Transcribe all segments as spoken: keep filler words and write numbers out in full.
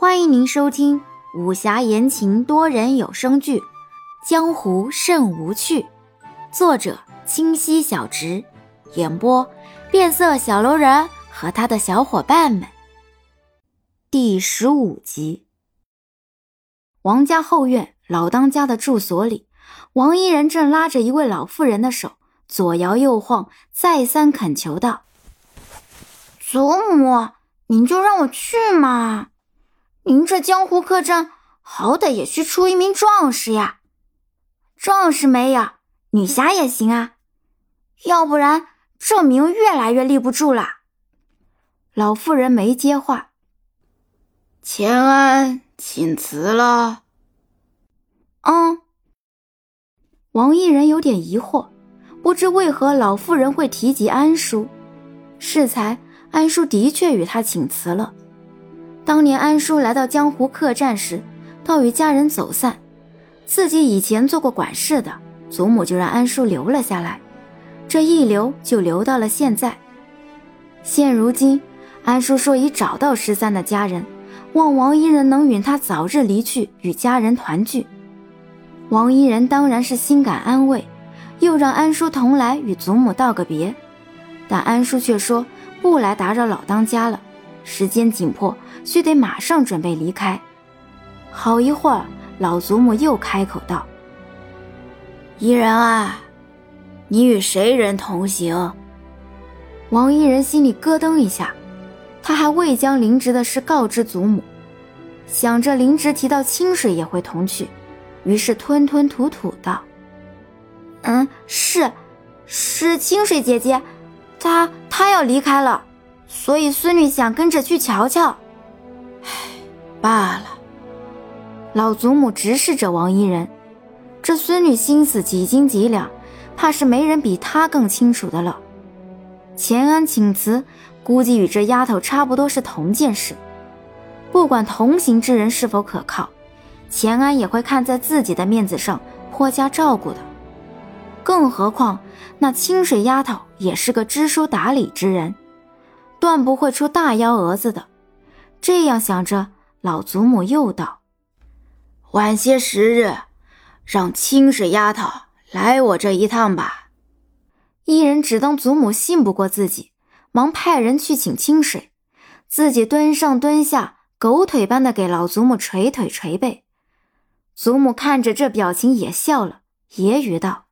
欢迎您收听武侠言情多人有声剧《江湖甚无趣》，作者清溪小直，演播变色小楼人和他的小伙伴们。第十五集。王家后院老当家的住所里，王一人正拉着一位老妇人的手，左摇右晃，再三恳求道：祖母，您就让我去嘛，您这江湖客栈好歹也需出一名壮士呀，壮士没有，女侠也行啊，要不然这名越来越立不住了。老妇人没接话。 钱安请辞了。 嗯。王一人有点疑惑，不知为何老妇人会提及安叔。适才安叔的确与他请辞了。当年安叔来到江湖客栈时，倒与家人走散，自己以前做过管事的，祖母就让安叔留了下来，这一留就留到了现在。现如今安叔说已找到失散的家人，望王一人能允他早日离去，与家人团聚。王一人当然是心感安慰，又让安叔同来与祖母道个别，但安叔却说不来打扰老当家了，时间紧迫，须得马上准备离开。好一会儿，老祖母又开口道： 一人啊，你与谁人同行？ 王一人心里咯噔一下，他还未将林植的事告知祖母，想着林植提到清水也会同去，于是吞吞吐吐道：嗯，是是清水姐姐，她她要离开了，所以孙女想跟着去瞧瞧。 唉，罢了。 老祖母直视着王一人，这孙女心思几斤几两，怕是没人比她更清楚的了。钱安请辞，估计与这丫头差不多是同件事。不管同行之人是否可靠，钱安也会看在自己的面子上颇加照顾的。更何况那清水丫头也是个知书达理之人，断不会出大幺蛾子的。这样想着，老祖母又道： 晚些时日，让清水丫头来我这一趟吧。 一人只当祖母信不过自己，忙派人去请清水，自己蹲上蹲下，狗腿般的给老祖母捶腿捶背。祖母看着这表情也笑了，揶揄道：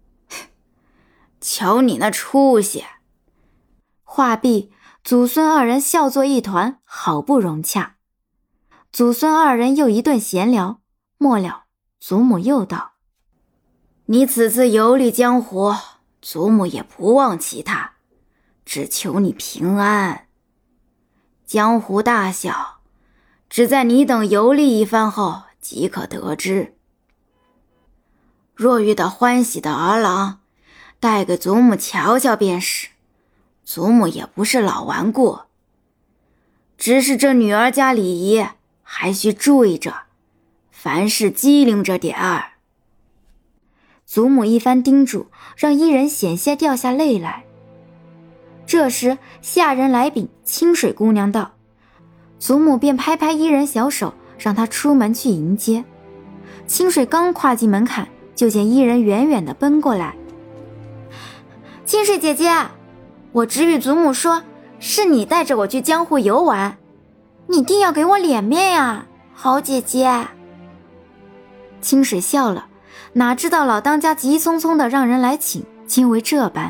瞧你那出息。 话毕，祖孙二人笑作一团，好不融洽。祖孙二人又一顿闲聊，末了祖母又道： 你此次游历江湖，祖母也不忘其他，只求你平安。江湖大小，只在你等游历一番后即可得知。若遇到欢喜的儿郎，带给祖母瞧瞧便是，祖母也不是老顽固，只是这女儿家礼仪还需注意着，凡事机灵着点儿。 祖母一番叮嘱，让一人险些掉下泪来。这时下人来禀清水姑娘道，祖母便拍拍一人小手，让他出门去迎接。清水刚跨进门槛，就见一人远远地奔过来。清水姐姐，我只与祖母说，是你带着我去江湖游玩，你定要给我脸面呀，好姐姐。清水笑了，哪知道老当家急匆匆地让人来请，竟为这般。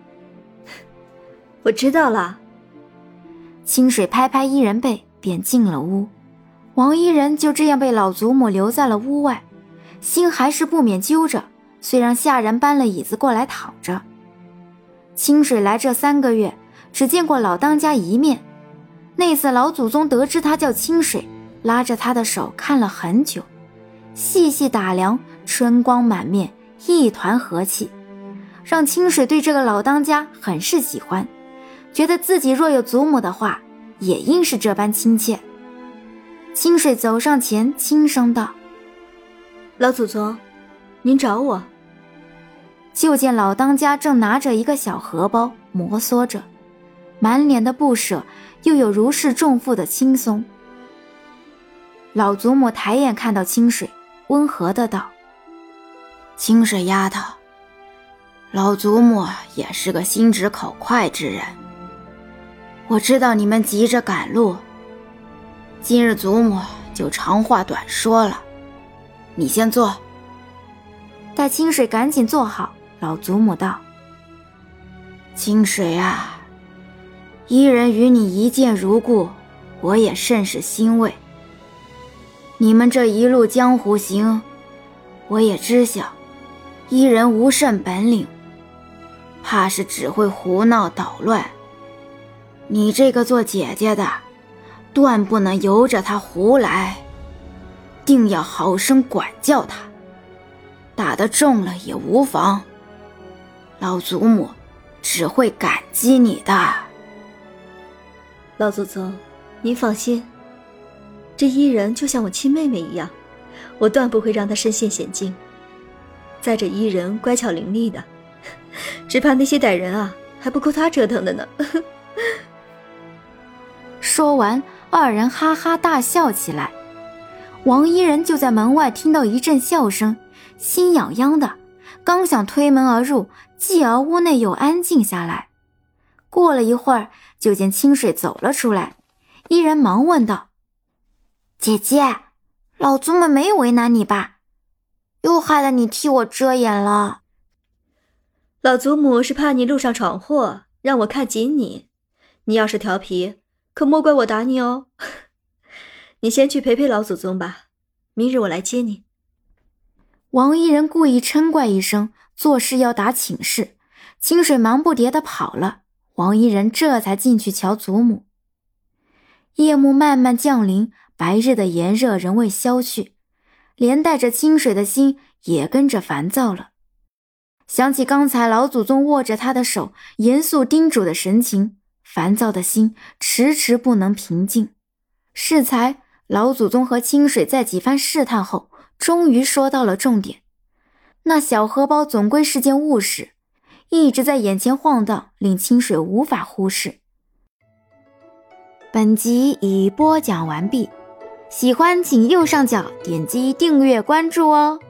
我知道了。 清水拍拍一人背，便进了屋。王一人就这样被老祖母留在了屋外，心还是不免揪着，虽让下人搬了椅子过来躺着。清水来这三个月，只见过老当家一面。那次老祖宗得知他叫清水，拉着他的手看了很久，细细打量，春光满面，一团和气，让清水对这个老当家很是喜欢，觉得自己若有祖母的话，也应是这般亲切。清水走上前，轻声道： 老祖宗，您找我。 就见老当家正拿着一个小荷包摩挲着，满脸的不舍，又有如释重负的轻松。 老祖母抬眼看到清水，温和的道： 清水丫头，老祖母也是个心直口快之人，我知道你们急着赶路，今日祖母就长话短说了，你先坐。 待清水赶紧坐好，老祖母道： 清水啊，伊人与你一见如故，我也甚是欣慰。你们这一路江湖行，我也知晓伊人无甚本领，怕是只会胡闹捣乱。你这个做姐姐的，断不能由着他胡来，定要好生管教他，打得重了也无妨，老祖母只会感激你的。 老祖宗，您放心，这伊人就像我亲妹妹一样，我断不会让她身陷险境。再这伊人乖巧伶俐的，只怕那些歹人啊还不够她折腾的呢。 说完，二人哈哈大笑起来。王伊人就在门外听到一阵笑声，心痒痒的，刚想推门而入，继而屋内又安静下来。过了一会儿，就见清水走了出来，伊人忙问道：姐姐，老祖母没为难你吧？又害得你替我遮掩了。 老祖母是怕你路上闯祸，让我看紧你。你要是调皮，可莫怪我打你哦。你先去陪陪老祖宗吧，明日我来接你。 王伊人故意嗔怪一声，作势要打请示，清水忙不迭地跑了。王伊人这才进去瞧祖母。夜幕慢慢降临，白日的炎热仍未消去，连带着清水的心也跟着烦躁了。想起刚才老祖宗握着他的手，严肃叮嘱的神情，烦躁的心迟迟不能平静。适才老祖宗和清水在几番试探后，终于说到了重点。那小荷包总归是件物事，一直在眼前晃荡，令清水无法忽视。本集已播讲完毕，喜欢请右上角点击订阅关注哦。